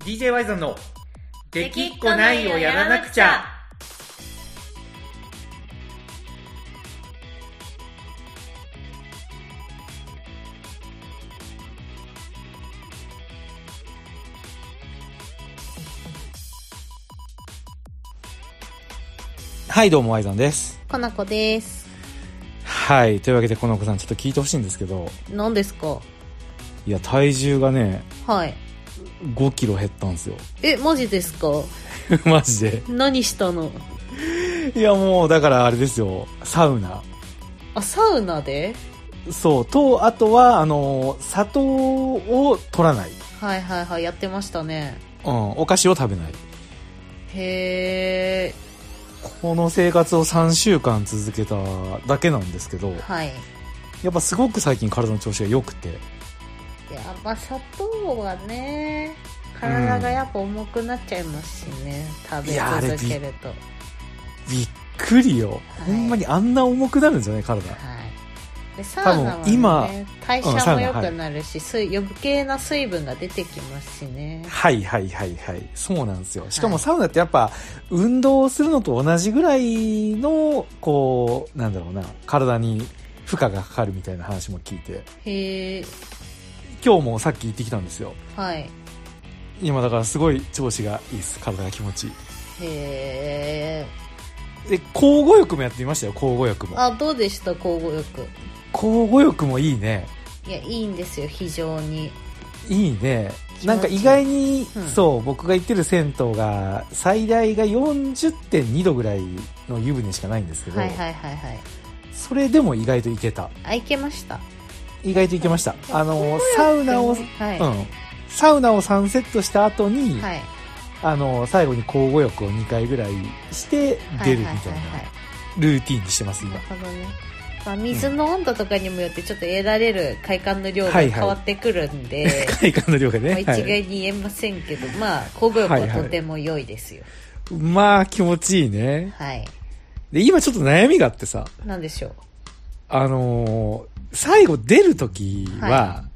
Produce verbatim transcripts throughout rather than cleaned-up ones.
ディージェー ワイゾンのできっこないをやらなくちゃ。はい、どうもワイゾンです。 かなこです。 はい、というわけでこの子さんちょっと聞いてほしいんですけど。 何ですか？ いや、体重がね、 はいごキロ減ったんですよ。 え、マジですか？ マジで。 何したの？ いや、もうだからあれですよ、サウナ。 あ、サウナで？ そうと、あとはあの砂糖を取らない。 はいはいはい、やってましたね。 うん、お菓子を食べない。 へー。 この生活をさんしゅうかん続けただけなんですけど、 はい。 やっぱすごく最近体の調子が良くて。 やっぱ砂糖はね、体がやっぱ重くなっちゃいますしね、うん、食べ続けると。 び, びっくりよ、はい、ほんまにあんな重くなるんじゃない体。はい 。でサウナは、ね、今代謝も良くなるし、うん、余計な水分が出てきますしね。 はいはいはいはい、そうなんですよ。しかもサウナってやっぱ運動するのと同じぐらいのこうなんだろうな、体に負荷がかかるみたいな話も聞いて。 へー。 今日もさっき行ってきたんですよ。 はい。 今だからすごい調子がいいです。体が気持ちいい。 へー。で、交互浴もやってみましたよ。交互浴も。 あ、どうでした交互浴？ 交互浴もいいね。 いや、いいんですよ、非常に。 いいね。なんか意外に、うん、そう、僕が行ってる銭湯が最大が よんじゅってんに 度ぐらいの湯船しかないんですけど、 はいはいはいはい。 それでも意外といけた。 あ、いけました。 意外といけました。あのサウナを、はい、うん、サウナをさんセットした後に、はい、あの最後に交互浴をにかいぐらいして出るみたいなルーティンにしてます今。 なるほどね。まあ、水の温度とかにもよってちょっと得られる快感の量が変わってくるんで、はいはい、 快感の量がね、 まあ、一概に言えませんけど、はい、まあ交互浴はとても良いですよ。 はいはい、まあ気持ちいいね。 はい。 で今ちょっと悩みがあってさ。 なんでしょう。 あのー、最後出るときは、はい、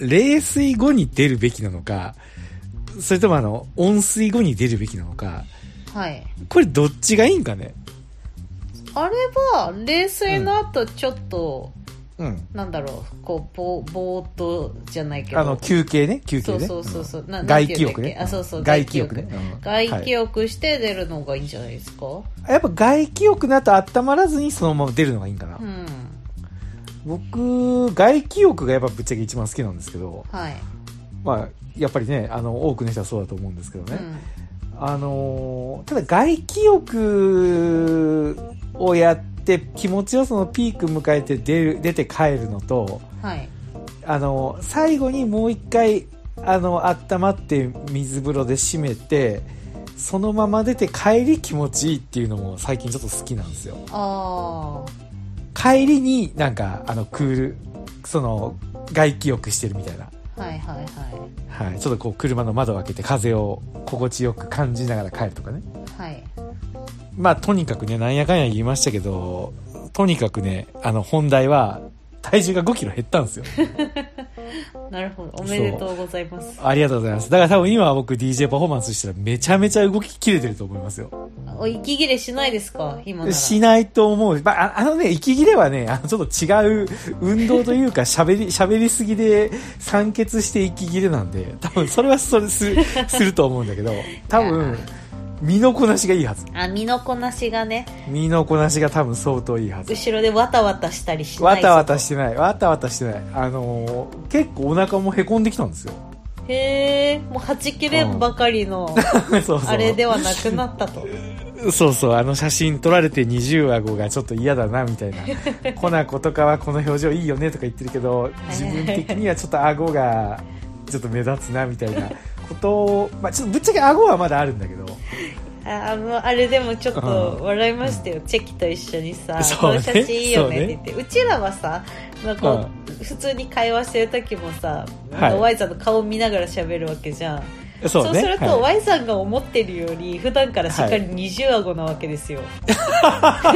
冷水後に出るべきなのか、それともあの温水後に出るべきなのか、 はい。 これどっちがいいんかね。 あれは冷水の後ちょっと、 うん、 なんだろう、こうぼぼーっとじゃないけど、 あの休憩ね、休憩ね。 そうそうそう、うん、な外気浴ね。 あ、そうそう、 外気浴ね。 うん、外気浴して出るのがいいんじゃないですか。はい、 やっぱ外気浴の後温まらずにそのまま出るのがいいんかな。 うん。 僕外気浴がやっぱぶっちゃけ一番好きなんですけど、 はい。 まあやっぱりね、あの多くの人はそうだと思うんですけどね。 うん、 あのただ外気浴をやって気持ちよさのピーク迎えて出る出て帰るのと、 はい、 あの最後にもう一回あの温まって水風呂で締めてそのまま出て帰り気持ちいいっていうのも最近ちょっと好きなんですよ。 あー。 帰りになんかあのクールその外気浴してるみたいな。 はいはいはい。 はい、ちょっとこう車の窓を開けて風を心地よく感じながら帰るとかね。 はい。 まあとにかくね、なんやかんや言いましたけど、とにかくね、あの本題は体重がごキロ減ったんですよ。 なるほど、おめでとうございます。 ありがとうございます。だから多分今は僕 ディージェー パフォーマンスしたらめちゃめちゃ動き切れてると思いますよ。 息切れしないですか今なら。 しないと思う。まあ、あのね、息切れはね、あのちょっと違う運動というか喋り、喋りすぎで酸欠して息切れなんで、多分それはそれする、すると思うんだけど、多分、身のこなしがいいはず。 あ、身のこなしがね。 身のこなしが多分相当いいはず。 後ろでわたわたしたりしない。 わたわたしてない。わたわたしてない。あのー、結構お腹もへこんできたんですよ。 へえ、もうはち切ればかりの、うん、そうそうあれではなくなったと。 そうそう、あの写真撮られて二重顎がちょっと嫌だなみたいな。コナコとかはこの表情いいよねとか言ってるけど、自分的にはちょっと顎がちょっと目立つなみたいなことを、まあちょっとぶっちゃけ顎はまだあるんだけど。 あ, のあれでもちょっと笑いましたよ、うん、チェキと一緒にさ、ね、この写真いいよねって言って、 う,、ね、うちらはさ、まあこううん、普通に会話してる時もさ、はい、Y さんの顔見ながら喋るわけじゃん。そうね、そうすると、はい、Y さんが思ってるより普段からしっかり二重顎なわけですよ、はい、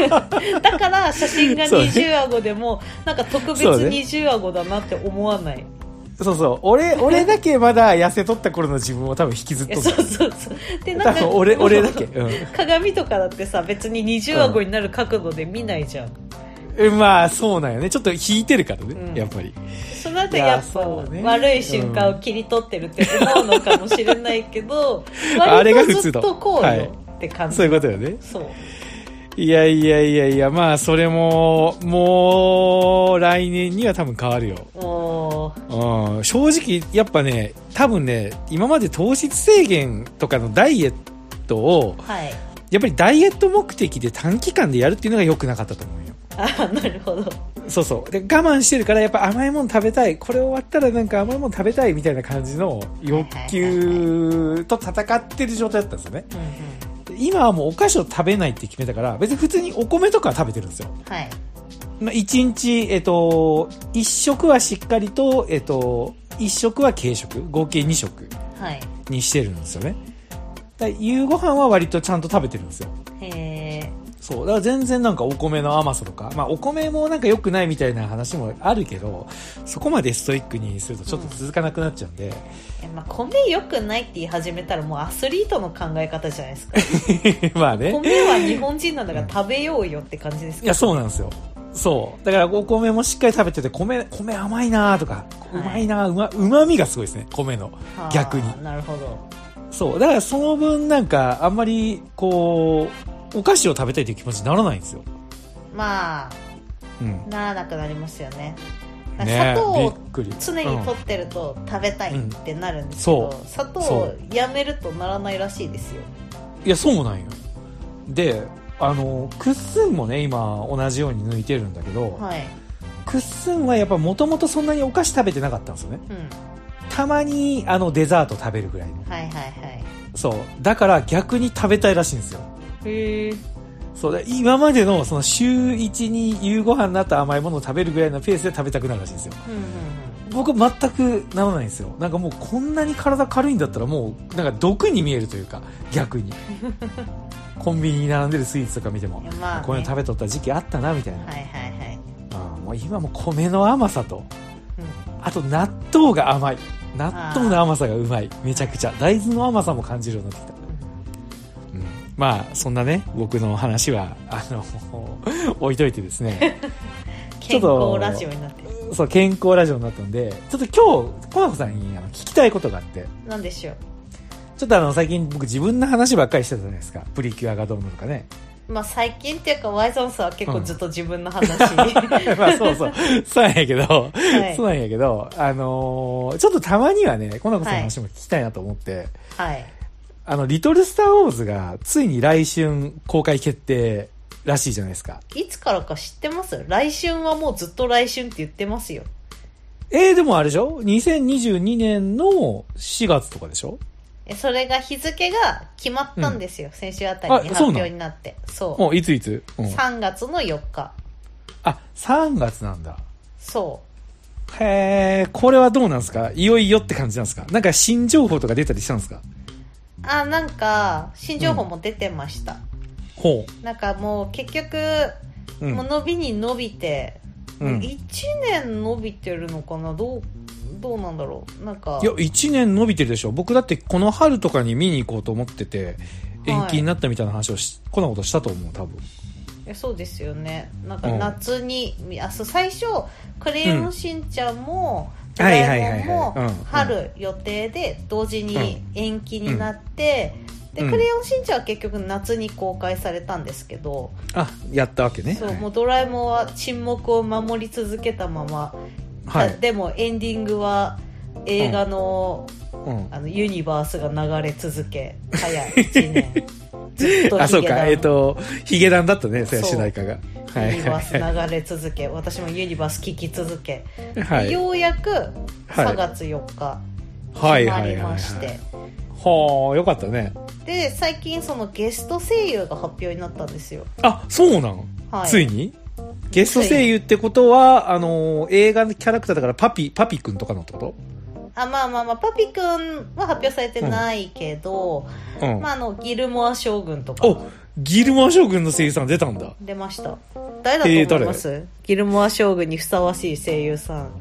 だから写真が二重顎でも、ね、なんか特別二重顎だなって思わない。 そうそう。俺、俺だけまだ痩せとった頃の自分を多分引きずっとる。 そうそうそう。で、なんか、 俺、俺だけ、うん。 鏡とかだってさ、別に二重顎になる角度で見ないじゃん。 うん、まあ、そうなんよね。ちょっと引いてるからね、うん、やっぱり。 その後やっぱ、ね、悪い瞬間を切り取ってるって思うのかもしれないけど、うん、割とずっとこうよって感じ。 そういうことよね。 そう。 いやいやいやいや、まあ、それも、もう、来年には多分変わるよ。おうん、正直、やっぱね、多分ね、今まで糖質制限とかのダイエットを、はい、やっぱりダイエット目的で短期間でやるっていうのが良くなかったと思うよ。 あ、なるほど。 そうそう。で、我慢してるから、やっぱ甘いもの食べたい。これ終わったらなんか甘いもの食べたいみたいな感じの欲求と戦ってる状態だったんですよね。うんうん今はもうお菓子を食べないって決めたから別に普通にお米とかは食べてるんですよ。はい。まあ、いちにち、えっと、いっ食はしっかりと、えっと、いっ食は軽食、合計に食にしてるんですよね。だ夕ご飯は割とちゃんと食べてるんですよ。へー。そう。だから全然なんかお米の甘さとか、まあお米もなんか良くないみたいな話もあるけど、そこまでストイックにするとちょっと続かなくなっちゃうんで。うんまあ、米良くないって言い始めたらもうアスリートの考え方じゃないですか。まあね。米は日本人なんだから食べようよって感じですか、ね、 いや、そうなんですよ。そう。だからお米もしっかり食べてて、米、米甘いなとか、うまいな、うま、うまみがすごいですね、米の。逆に。 なるほど。 そう。だからその分なんか、あんまり、こう、お菓子を食べたいという気持ちにならないんですよ。 まあ、うん、ならなくなりますよね。砂糖を常に取ってると食べたいってなるんですけど、うん、砂糖をやめるとならないらしいですよ。 いや、そうなんよ。で、あの、クッスンもね、今同じように抜いてるんだけど、はい、クッスンはやっぱもともとそんなにお菓子食べてなかったんですよね。うん、たまにあのデザート食べるぐらいの。はいはいはい。そう。だから逆に食べたいらしいんですよ。へー。そうだ今までのその週いちに夕ご飯になった甘いものを食べるぐらいのペースで食べたくなるらしいんですよ、うんうんうん、僕は全くならないんですよ。なんかもうこんなに体軽いんだったらもうなんか毒に見えるというか逆にコンビニに並んでるスイーツとか見ても、まあね、こういうの食べとった時期あったなみたいな、はいはいはい、あもう今も米の甘さと、うん、あと納豆が甘い納豆の甘さがうまいめちゃくちゃ大豆の甘さも感じるようになってきた。まあそんなね僕の話はあの置いといてですね健康ラジオになってる。 そう健康ラジオになったんでちょっと今日コナコさんにあの聞きたいことがあって。 何でしょう。 ちょっとあの最近僕自分の話ばっかりしてたじゃないですか。プリキュアがどうのとかね。 まあ最近っていうかワイゾンさんは結構ずっと自分の話、うん、 まあそうそうそうなんやけど、はい、そうなんやけどあのー、ちょっとたまにはねコナコさんの話も聞きたいなと思って、はい、あのリトルスターウォーズがついに来春公開決定らしいじゃないですか。 いつからか知ってます？来春はもうずっと来春って言ってますよ。 えー、でもあれでしょにせんにじゅうにねんのしがつとかでしょ。 それが日付が決まったんですよ、うん、先週あたりに発表になって。そう。 おいついつ、 うん、さんがつのよっか。 あ、さんがつなんだ。 そう。 へー、これはどうなんですか？いよいよって感じなんですか？なんか新情報とか出たりしたんですか？ あ、なんか新情報も出てました、うん、ほう。なんかもう結局、うん、もう伸びに伸びて、うん、いちねん伸びてるのかな。どうどうなんだろう。なんかいやいちねん伸びてるでしょ。僕だってこの春とかに見に行こうと思ってて延期になったみたいな話をし、はい、こんなことしたと思う多分。いやそうですよね。なんか夏に、うん、あそう最初クレヨンしんちゃんも、うん、ドラえもんも春予定で同時に延期になって、うんうん、でクレヨンしんちゃんは結局夏に公開されたんですけど、 あやったわけね。 そう、はい、もうドラえもんは沈黙を守り続けたまま、はい、でもエンディングは映画の、うん、あのユニバースが流れ続け早いいちねんずっとヒゲダン。あそうかえっ、ー、とヒゲダンだったねそれ主題歌が。ユニバース流れ続け、私もユニバース聴き続け、はい、ようやくさんがつよっか決まりまして、 はあよかったね。 で最近そのゲスト声優が発表になったんですよ。 あそうなの、はい、ついにゲスト声優ってことはあのー、映画のキャラクターだからパピパピくんとかのってこと？ あまあまあまあパピくんは発表されてないけど、うんうん、まああのギルモア将軍とか。 おギルモア将軍の声優さん出たんだ。 出ました。誰だと思います？えー、ギルモア将軍にふさわしい声優さん。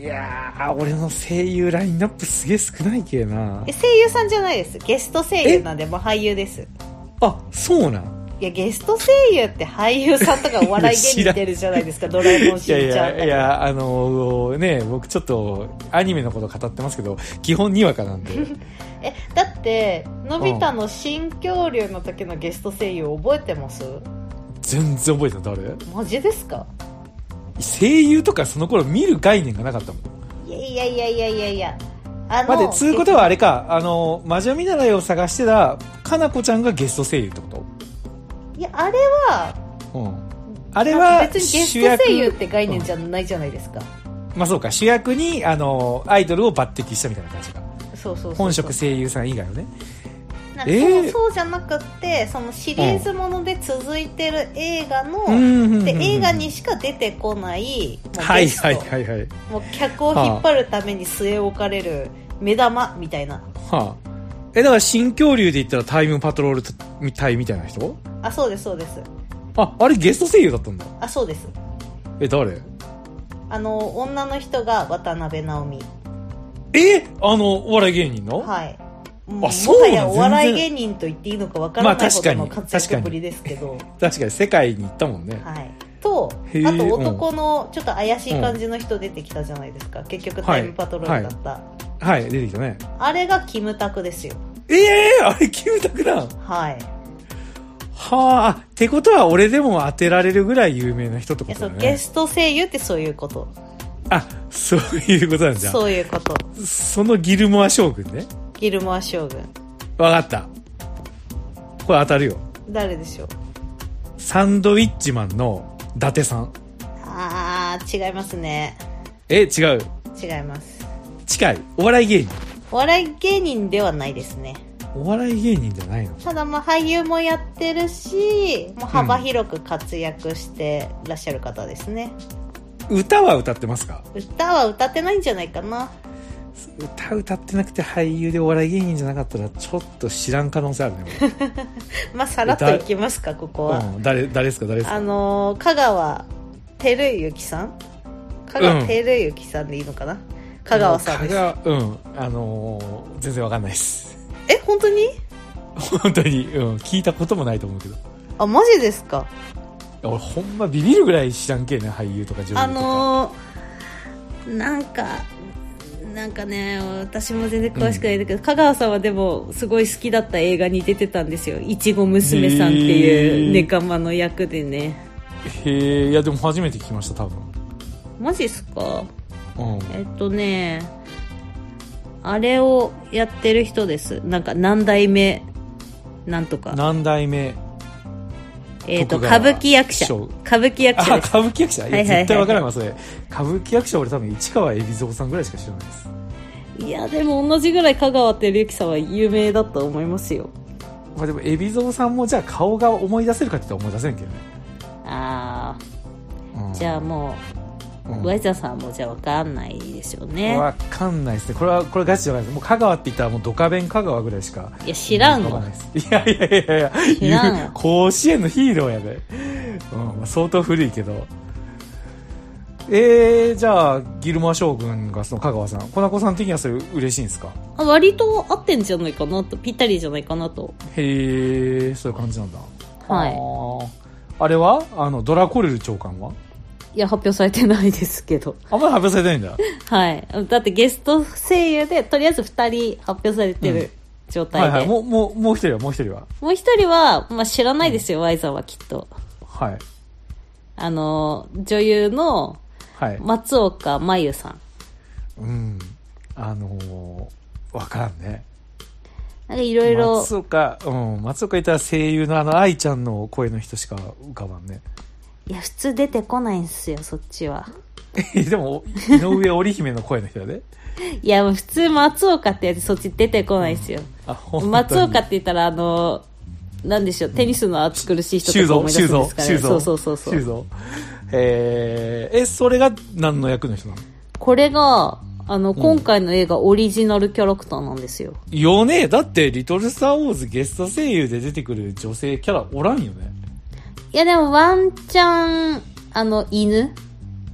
いやー、俺の声優ラインナップすげえ少ないけな。 え、声優さんじゃないです。ゲスト声優なんで、もう俳優です。 あ、そうなん。 いや、ゲスト声優って俳優さんとかお笑い芸人出るじゃないですか。ドラえもんしんちゃん。いやいやいや、あのー、ね、僕ちょっとアニメのこと語ってますけど、基本にわかなんで。 え、だってのび太の新恐竜の時のゲスト声優覚えてます？ 全然覚えてない。誰？ マジですか？ 声優とかその頃見る概念がなかったもん。 いやいやいやいやいやいや。あの待って、つうことはあれか、あの魔女見習いを探してたかなこちゃんがゲスト声優ってこと？ いや、あれは、 うん、あれは別にゲスト声優って概念じゃないじゃないですか。 うん、まあそうか、主役にあのアイドルを抜擢したみたいな感じか。 そうそうそうそう、 本職声優さん以外のね。 なんかそう、えー、そうじゃなくってそのシリーズもので続いてる映画の、うん、で映画にしか出てこないもうはいはいはいはい、 もう客を引っ張るために据え置かれる目玉みたいな、 はあ、えだから新恐竜で言ったらタイムパトロール隊みたいな人？ あ、そうですそうです。 あ、あれゲスト声優だったんだ。 あ、そうです。 え、誰？ あの女の人が渡辺直美。 え、あのお笑い芸人の？ はい。 あ、そうなんだ。 もはやお笑い芸人と言っていいのかわからないほどの活躍ぶりですけど、まあ、 確かに確かに世界に行ったもんね。 はい。と、あと男のちょっと怪しい感じの人出てきたじゃないですか、うん、結局タイムパトロールだった、はいはいはい、出てきたね。 あれがキムタクですよ。 ええー、あれキムタクだ。 はい。 はあ、ってことは俺でも当てられるぐらい有名な人ってことだね。 いや、そう、ゲスト声優ってそういうこと。 あ、そういうことなんじゃん。 そういうこと。 そのギルモア将軍ね。 ギルモア将軍。 わかった。これ当たるよ。 誰でしょう？ サンドウィッチマンの伊達さん。 あー、違いますね。 え、違う？ 違います。 近い。お笑い芸人。 お笑い芸人ではないですね。 お笑い芸人じゃないの？ ただまあ俳優もやってるし、もう幅広く活躍してらっしゃる方ですね。 うん、歌は歌ってますか？ 歌は歌ってないんじゃないかな。 歌歌ってなくて俳優でお笑い芸人じゃなかったらちょっと知らん可能性あるね。 まあさらっといきますか、ここは。 うん、誰誰ですか誰ですか？ あのー、香川照之さん。香川照之さんでいいのかな、うん、香川さんです。香川、うん、あのー、全然わかんないです。 え、本当に？ 本当に、うん、聞いたこともないと思うけど。 あ、マジですか？ 俺ほんまビビるぐらい知らんけね、俳優とか女優とか。 あのー、なんかなんかね、私も全然詳しくないんだけど、うん、香川さんはでもすごい好きだった映画に出てたんですよ。いちご娘さんっていうネカマの役でね。 へえ、いやでも初めて聞きました多分。 マジっすか？ うん、 えっとね、あれをやってる人です。なんか何代目なんとか。 何代目。 えっと歌舞伎役者。歌舞伎役者です。 あ、歌舞伎役者。いや、絶対わからんわそれ。歌舞伎役者俺多分市川海老蔵さんぐらいしか知らないです。 いやでも同じぐらい香川照之さんは有名だと思いますよ。 まあでも海老蔵さんもじゃあ顔が思い出せるかって言ったら思い出せんけどね。 ああ、うん、じゃあもう、うん、ワイザーさんもじゃあ分かんないでしょうね。 分かんないですね。これはこれガチじゃないです。もう香川って言ったらもうドカベン香川ぐらいしか。 いや知らんわ。 いやいやいやいや知らんわ。甲子園のヒーローやで、うん、相当古いけど。えー、じゃあギルモア将軍がその香川さん、コナコさん的にはそれ嬉しいんですか？ あ、割と合ってんじゃないかなと、ぴったりじゃないかなと。 へえ、そういう感じなんだ。 はい。 あ, あれはあのドラコレル長官はいや発表されてないですけど。 あんまり発表されてないんだ。 はい。だってゲスト声優でとりあえずふたり発表されてる状態で、 うん、はいはい。もうもうもう一人はもう一人はもう一人は、まあ、知らないですよ、うん、ワイザーはきっと。 はい。 あの女優の松岡真優さん。 うん。あのー、わからんね。 なんかいろいろ。 松岡、うん。松岡いたら声優のあの愛ちゃんの声の人しか浮かばんね。 いや普通出てこないんすよそっちは。 でも井上織姫の声の人だね。 いや普通松岡ってやつそっち出てこないですよ、うん、松岡って言ったらあのなんでしょう、テニスの暑苦しい人とか思い出すんですかね。そうそうそうそう。 えー、えそれが何の役の人なの？ これがあの、うん、今回の映画オリジナルキャラクターなんですよ。 よね。だってリトルスターウォーズゲスト声優で出てくる女性キャラおらんよね。 いやでもワンチャンあの犬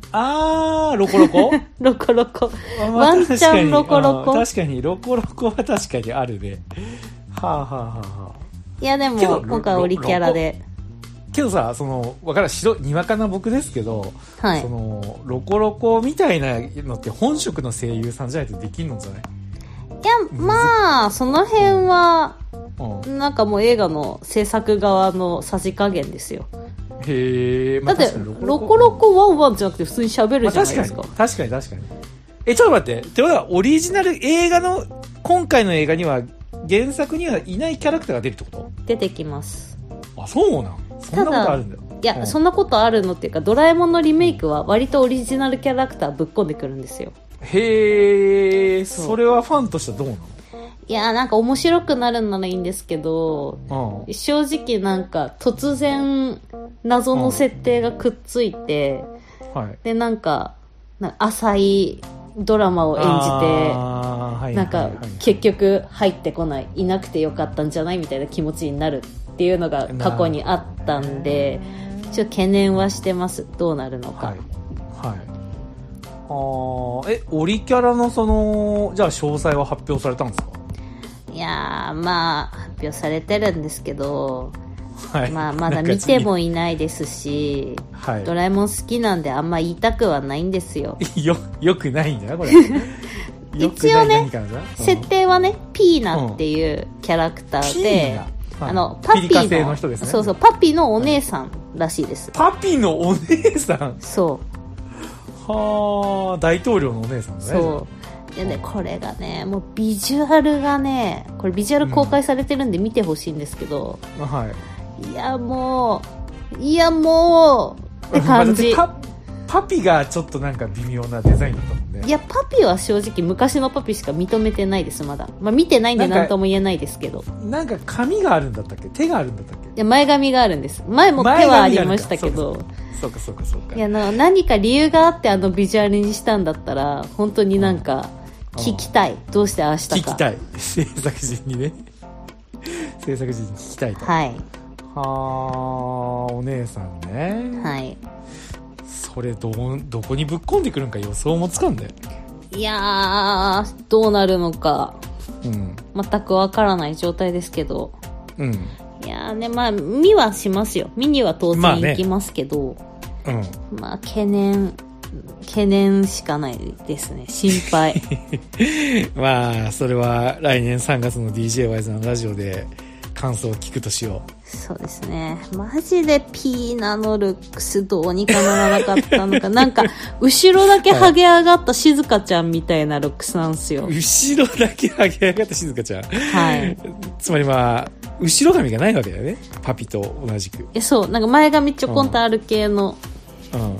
あーロコロコロコロコ、 まあ、 ワンチャンロコロコ、 確かにロコロコは確かにあるね。はあはあはあはあ。 いやでも今回オリキャラでけどさ、そのわからん白にわかな僕ですけど、 はい、 そのロコロコみたいなのって本職の声優さんじゃないとできんのじゃない？ いやまあその辺は、 うん、 なんかもう映画の制作側のさじ加減ですよ。 へえ、まあ、 だってロコロコワンワンじゃなくて普通に喋るじゃないですか、 まあ、確かに確かに確かに。えちょっと待って、ってことはオリジナル映画の今回の映画には原作にはいないキャラクターが出るってこと？出てきます。 あ、そうなん？そんなことあるんだよ。 いや、うん、そんなことあるのっていうか、ドラえもんのリメイクは割とオリジナルキャラクターぶっ込んでくるんですよ。 へえ、それはファンとしてはどうなの？ いや、なんか面白くなるならいいんですけど、うん、正直なんか突然謎の設定がくっついて、うんはい、でなんか浅いドラマを演じて、はい、なんか結局入ってこない、いなくてよかったんじゃないみたいな気持ちになるっていうのが過去にあったんで、ちょっと懸念はしてます。どうなるのか。はい。はい、 あえオリキャラのそのじゃあ詳細は発表されたんですか？ いやーまあ発表されてるんですけど、はい、まあまだ見てもいないですし、はい、ドラえもん好きなんであんま言いたくはないんですよ。 よよくないんだよこれ。 一応ね、うん、設定はねピーナっていうキャラクターで、うん、あのパピー の, の人です、ね、そうそうパピのお姉さんらしいです。 パピのお姉さん？ そうはあ、大統領のお姉さんね。 そうでね、これがねもうビジュアルがね、これビジュアル公開されてるんで見てほしいんですけど、うん、はいいやもういやもうって感じ。 パ, パピがちょっとなんか微妙なデザインだったもんね。 いやパピは正直昔のパピしか認めてないですまだ。まあ見てないんで何とも言えないですけど。 なんか髪があるんだったっけ？手があるんだったっけ？ いや前髪があるんです。前も手はありましたけど。 そうかそうかそうか。 いやな何か理由があってあのビジュアルにしたんだったら本当になんか聞きたい、うん、どうしてああしたか聞きたい制作陣にね制作陣に聞きたいと。 はいはあお姉さんね。 はいそれ ど, どこにぶっ込んでくるんか予想もつかんで。 いやーどうなるのか、うん、全くわからない状態ですけど、うん、いやーねまあ見はしますよ。見には当然行きますけど、まあ、ねうん、まあ懸念懸念しかないですね。心配まあそれは来年さんがつの ディージェーワイズ のラジオで感想を聞くとしよう。 そうですね。マジでピーナのルックスどうにかならなかったのかなんか後ろだけハゲ上がった静香ちゃんみたいなルックスなんですよ。 後ろだけハゲ上がった静香ちゃん。 はい。 つまりまあ後ろ髪がないわけだよね。パピと同じく。 えそうなんか前髪ちょこんとある系の。 うん。うん、あ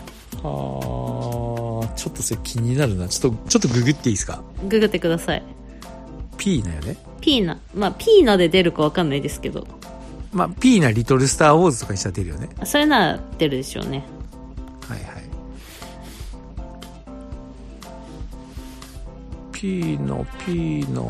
ーちょっとそれ気になるな。ちょっとちょっとググっていいですか？ ググってください。 ピーナよね。 ピーナまあピーナで出るかわかんないですけど。 まあ、ピーナリトルスターウォーズとかにしたら出るよね。 それなら出るでしょうね。 はいはい。ピーナピーナ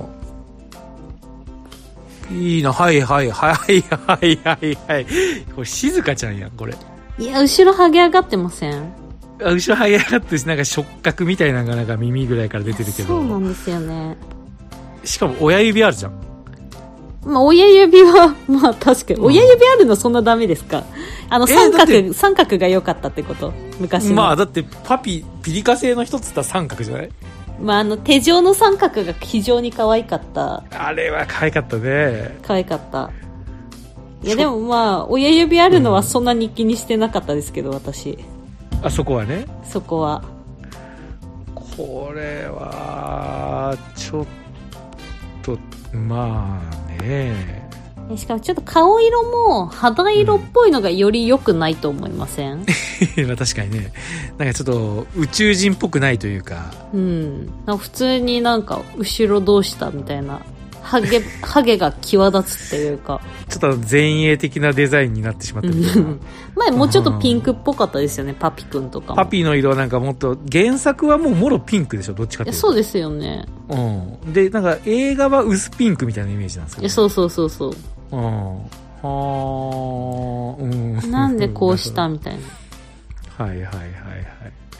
ピーナはいはいはいはいはいはい。これ静香ちゃんやんこれ。 いや後ろハゲ上がってません？ 後ろハゲ上がってしなんか触覚みたいなのがなんか耳ぐらいから出てるけど。 そうなんですよね。 しかも親指あるじゃん。 まあ、親指は、まあ確かに、親指あるのそんなダメですか？あの三角、えー、三角が良かったってこと昔の。 まあだってパピ、ピリカ製の一つって三角じゃない？ まああの手状の三角が非常に可愛かった。 あれは可愛かったね。 可愛かった。いやでもまあ、親指あるのはそんなに気にしてなかったですけど、私。 あそこはね。 そこは。 これは、ちょっと、まあね。 しかもちょっと顔色も肌色っぽいのがより良くないと思いません？ まあ確かにね。なんかちょっと宇宙人っぽくないというか。 うん。なんか普通になんか後ろどうしたみたいな。ハゲ、ハゲが際立つっていうか。 ちょっと前衛的なデザインになってしまったみたいな。 前もうちょっとピンクっぽかったですよね、パピくんとかも。 パピの色はなんかもっと、原作はもうもろピンクでしょ、どっちかっていうと。 そうですよね。 うん。で、なんか映画は薄ピンクみたいなイメージなんですよ、ね。 そうそうそうそう。 うん。はー、うん。 なんでこうしたみたいな。 はいはいはいはい。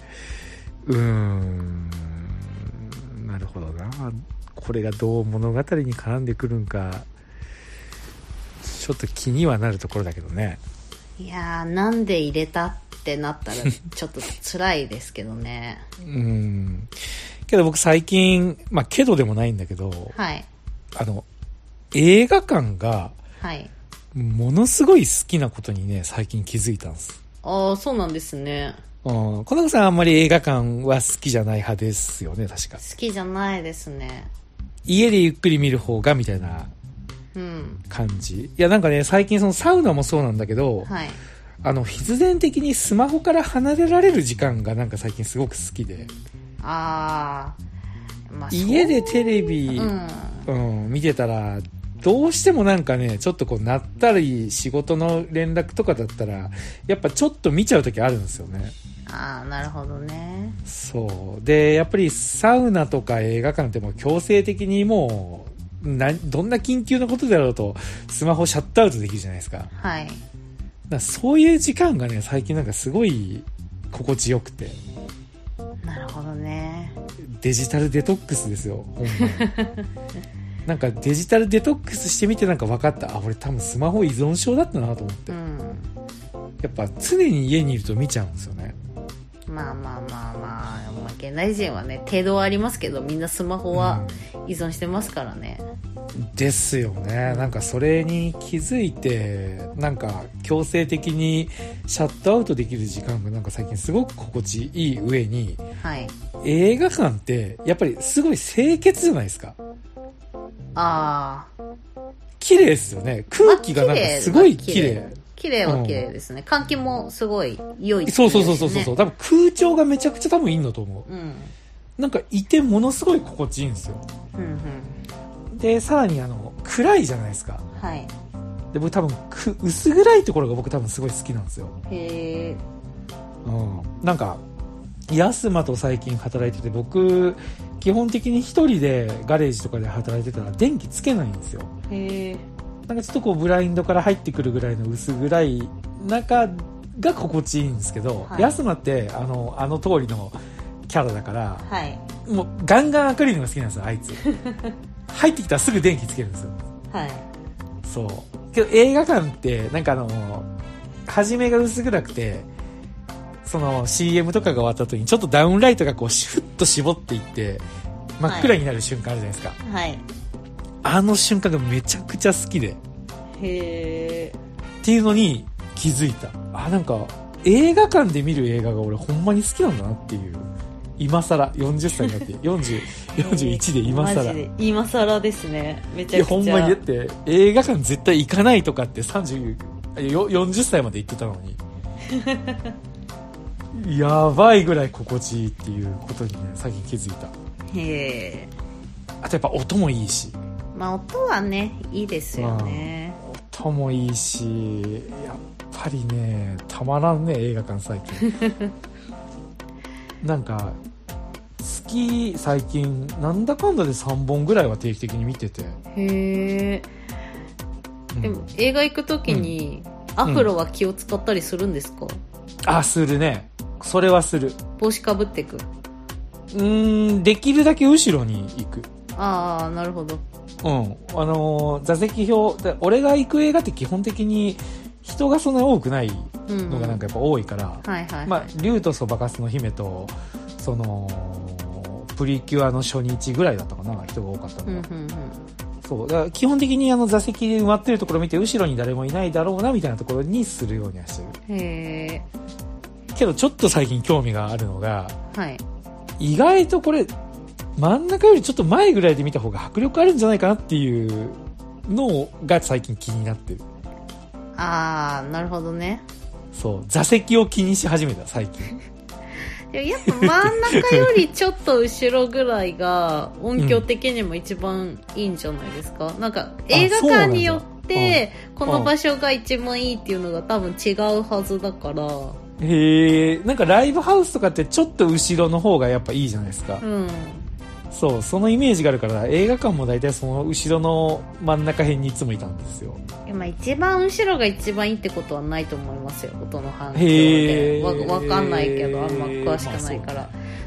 うーん、なるほどな。これがどう物語に絡んでくるんかちょっと気にはなるところだけどね。 いやー、なんで入れたってなったらちょっと辛いですけどね。 うーん、けど僕最近、まあけどでもないんだけど、 はい、 あの映画館がものすごい好きなことにね最近気づいたんです。 ああ、そうなんですね。 うん、小永さんあんまり映画館は好きじゃない派ですよね、確か。 好きじゃないですね。 家でゆっくり見る方がみたいな感じ、うん、いやなんかね最近そのサウナもそうなんだけど、はい、あの必然的にスマホから離れられる時間がなんか最近すごく好きで、 あ、まあ、 家でテレビ、うんうん、見てたらどうしてもなんかねちょっとこう鳴ったり仕事の連絡とかだったらやっぱちょっと見ちゃう時あるんですよね。 ああ、なるほどね。 そうでやっぱりサウナとか映画館ってもう強制的にもうなどんな緊急なことであろうとスマホシャットアウトできるじゃないですか。 はい。 だからそういう時間がね最近なんかすごい心地よくて。 なるほどね。 デジタルデトックスですよ、ほんまに。なんかデジタルデトックスしてみてなんか分かった。あ、俺多分スマホ依存症だったなと思って、うん、やっぱ常に家にいると見ちゃうんですよね。 まあまあまあまあ、まあ、現代人はね程度はありますけどみんなスマホは依存してますからね、 うん、ですよね。なんかそれに気づいてなんか強制的にシャットアウトできる時間がなんか最近すごく心地いい上に、はい、映画館ってやっぱりすごい清潔じゃないですか。 ああ、 綺麗ですよね。空気がなんかすごい綺麗。 綺麗は綺麗ですね、うん、換気もすごい良い、ね、 そうそうそうそうそう。多分空調がめちゃくちゃ多分いいんだと思う、うん、なんかいてものすごい心地いいんですよ、うんうん、でさらにあの暗いじゃないですか。はい。で僕多分く薄暗いところが僕多分すごい好きなんですよ。へえ。うん。なんかヤスマと最近働いてて、僕基本的に一人でガレージとかで働いてたら電気つけないんですよ。へえ。なんかちょっとこうブラインドから入ってくるぐらいの薄暗い中が心地いいんですけど、はい、ヤスマってあのあの通りのキャラだから、はい、もうガンガン明るいのが好きなんですよ、あいつ。入ってきたらすぐ電気つけるんですよ。はい。そう。けど映画館ってなんかあの初めが薄暗くて、その シーエム とかが終わった後にちょっとダウンライトがこうシュッと絞っていって真っ暗になる瞬間あるじゃないですか。はい。あの瞬間がめちゃくちゃ好きで。へー。っていうのに気づいた。あ、なんか映画館で見る映画が俺ほんまに好きなんだなっていう。今更よんじゅっさいになってよんじゅう、よんじゅういちで今更。マジで今更ですね。めちゃくちゃ。 ほんまにだって映画館絶対行かないとかってさんじゅう、よんじゅっさいまで言ってたのに。やばいぐらい心地いいっていうことにね最近気づいた。へー。あとやっぱ音もいいし。 まあ音はねいいですよね、 うん、音もいいしやっぱりねたまらんね映画館最近。なんか月最近なんだかんだでさんぼんぐらいは定期的に見てて。 へー、うん、でも映画行くときに、うん、アフロは気を使ったりするんですか？うん、 あ、するね。それはする。 帽子かぶってく？うーん、できるだけ後ろに行く。 ああ、なるほど。 うん、あのー、座席表で俺が行く映画って基本的に人がそんなに多くないのがなんかやっぱ多いから、うん、はいはいはい、まあ竜とそばかすの姫とそのプリキュアの初日ぐらいだったかな、人が多かったのが、うんうんうん、そうだから基本的にあの座席で埋まってるところを見て後ろに誰もいないだろうなみたいなところにするようにはしてる。へー。けどちょっと最近興味があるのが、はい、意外とこれ真ん中よりちょっと前ぐらいで見た方が迫力あるんじゃないかなっていうのが最近気になってる。 あー、なるほどね。 そう、座席を気にし始めた最近。 でもやっぱ真ん中よりちょっと後ろぐらいが音響的にも一番いいんじゃないですか、うん、なんか映画館によってこの場所が一番いいっていうのが多分違うはずだから。 へえ。なんかライブハウスとかってちょっと後ろの方がやっぱいいじゃないですか。うん。そう、そのイメージがあるから映画館も大体その後ろの真ん中辺にいつもいたんですよ。 まあ、一番後ろが一番いいってことはないと思いますよ、音の反響で。わ、わかんないけどあんま詳しくないから、まあ、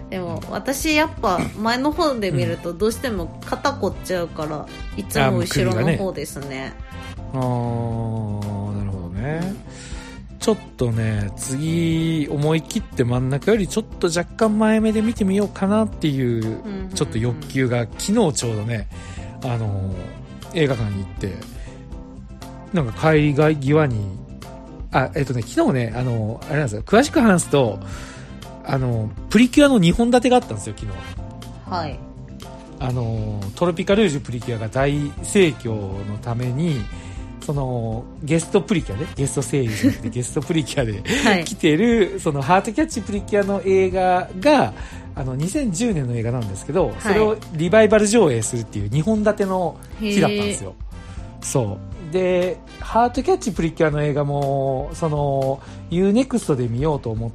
でも私やっぱ前の方で見るとどうしても肩凝っちゃうからいつも後ろの方ですね。 あ、ね、あー、なるほどね。ちょっとね、次思い切って真ん中よりちょっと若干前目で見てみようかなっていうちょっと欲求が昨日ちょうどね、あの映画館に行ってなんか帰り際にあえっとね昨日ねあのあれなんですよ、詳しく話すとあのプリキュアのにほん立てがあったんですよ昨日。 はい。 あのトロピカルージュプリキュアが大盛況のためにそのゲストプリキュアで、ね、ゲスト声優じゃなくてゲストプリキュアで、はい、来てるそのハートキャッチプリキュアの映画があのにせんじゅうねんの映画なんですけど、はい、それをリバイバル上映するっていうにほん立ての日だったんですよ。そうでハートキャッチプリキュアの映画もその ユーネクスト で見ようと思って、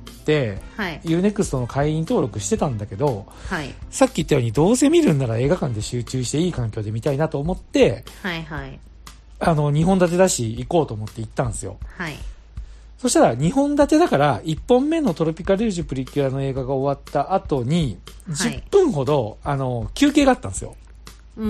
はい、ユーネクスト の会員登録してたんだけど、はい、さっき言ったようにどうせ見るんなら映画館で集中していい環境で見たいなと思って、はいはい、あのにほん立てだし行こうと思って行ったんですよ。はい。そしたらにほん立てだからいっぽんめのトロピカルージュプリキュアの映画が終わった後にじゅっぷんほど、はい、あの休憩があったんですよ。うん。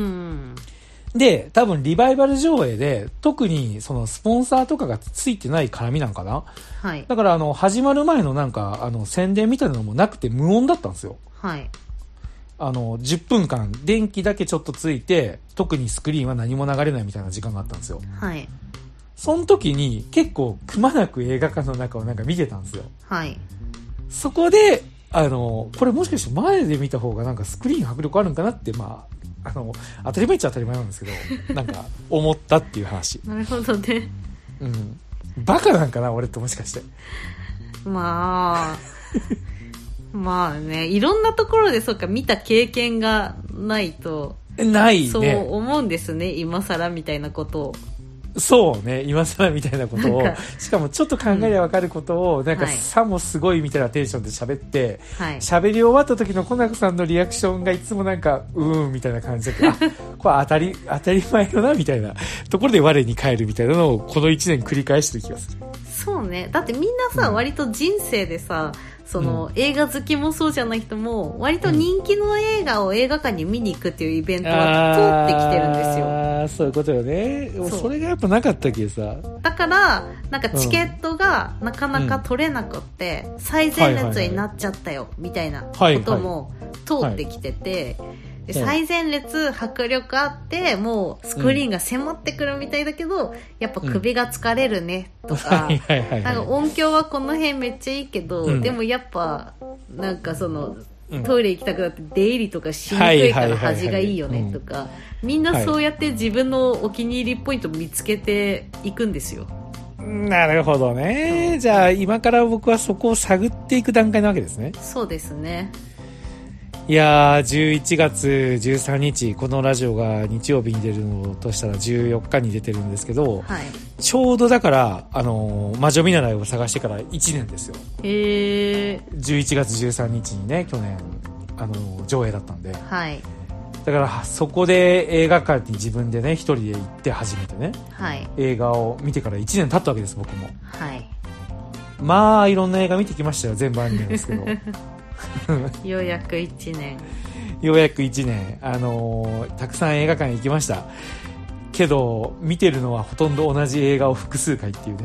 で、多分リバイバル上映で特にそのスポンサーとかがついてない絡みなんかな。はい。だからあの始まる前のなんかあの宣伝みたいなのもなくて無音だったんですよ。はい。あのじゅっぷんかん電気だけちょっとついて特にスクリーンは何も流れないみたいな時間があったんですよ。はい。その時に結構くまなく映画館の中をなんか見てたんですよ。はい。そこであのこれもしかして前で見た方がなんかスクリーン迫力あるんかなってまああの当たり前っちゃ当たり前なんですけどなんか思ったっていう話。 なるほどね。 うん。バカなんかな俺ってもしかして。 まあ。まあね、いろんなところでそうか見た経験がないとないね。 そう思うんですね今更みたいなことを。 そうね今更みたいなことをしかもちょっと考えりゃ分かることを、うん、なんかさもすごいみたいなテンションで喋って喋、はい、り終わった時のコナコさんのリアクションがいつもなんかうーんみたいな感じであこれ当たり当たり前よなみたいなところで我に返るみたいなのをこのいちねん繰り返してる気がする。 そうね、だってみんなさ、うん、割と人生でさその、うん、映画好きもそうじゃない人も割と人気の映画を映画館に見に行くっていうイベントは通ってきてるんですよ。 ああそういうことよね。そ, それがやっぱなかったけさ。 だからなんかチケットがなかなか取れなくって、うん、最前列になっちゃったよみたいなことも通ってきてて、で最前列迫力あってもうスクリーンが迫ってくるみたいだけど、うん、やっぱ首が疲れるねとか、なんか音響はこの辺めっちゃいいけど、うん、でもやっぱなんかそのトイレ行きたくなって出入りとかしにくいから端がいいよねとか、みんなそうやって自分のお気に入りポイント見つけていくんですよ。 なるほどね、うん、じゃあ今から僕はそこを探っていく段階なわけですね。 そうですね。 いやーじゅういちがつじゅうさんにちこのラジオが日曜日に出るのとしたらじゅうよっかに出てるんですけど、はい、ちょうどだからあのー、魔女見習いを探してからいちねんですよ。へー。じゅういちがつじゅうさんにちにね去年あのー、上映だったんで、はい、だからそこで映画館に自分でね一人で行って初めてね、はい、映画を見てからいちねん経ったわけです僕も。はい。まあいろんな映画見てきましたよ全部アニメですけどようやくいちねんようやくいちねん、あのー、たくさん映画館行きましたけど見てるのはほとんど同じ映画を複数回っていう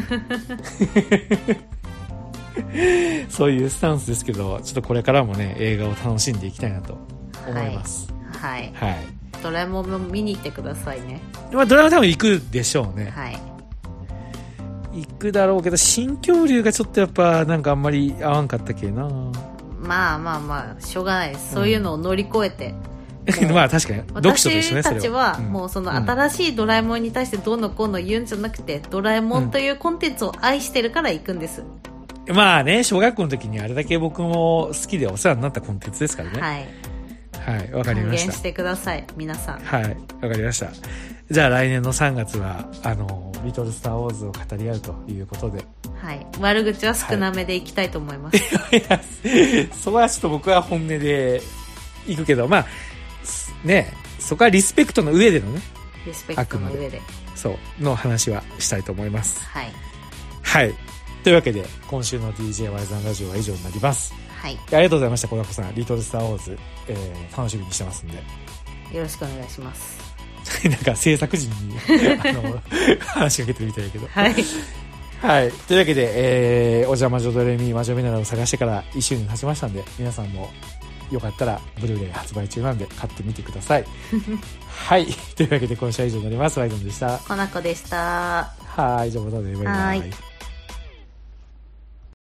ねそういうスタンスですけどちょっとこれからもね映画を楽しんでいきたいなと思います。はい、はいはい、 ドラえもんも見に行ってくださいね。 まあ、ドラえもん多分行くでしょうね。はい行くだろうけど新恐竜がちょっとやっぱなんかあんまり合わんかったっけな。 まあまあまあしょうがないです、うん、そういうのを乗り越えてまあ確かに読書と一緒ね。 私たちはもうその新しいドラえもんに対してどうのこうの言うんじゃなくて、うん、ドラえもんというコンテンツを愛してるから行くんです、 うん、まあね小学校の時にあれだけ僕も好きでお世話になったコンテンツですからね。はいはいわかりました。還元してください皆さん。 はいわかりました。じゃあ来年のさんがつはあのリトルスターウォーズを語り合うということで、 はい、悪口は少なめでいきたいと思います、 はい、いやそこはちょっと僕は本音でいくけどまあねそこはリスペクトの上でのねリスペクトの上でそうの話はしたいと思います。はい、はい、というわけで今週の ディージェー ワイザンラジオは以上になります。 はい、 ありがとうございました。コナコさん、リトルスターウォーズ、えー、楽しみにしてますんでよろしくお願いします。 なんか制作陣にあの話しかけてるみたいだけどはい、 はい、というわけで、えー、お邪魔女ドレミ魔女ミネラルを探してからいっしゅうねん経ちましたんで、皆さんもよかったらブルーレイ発売中なんで買ってみてくださいはい、というわけで今週は以上になります。ワイドンでした。 コナコでした。 はい、じゃあまたね、バイバイ。 はい。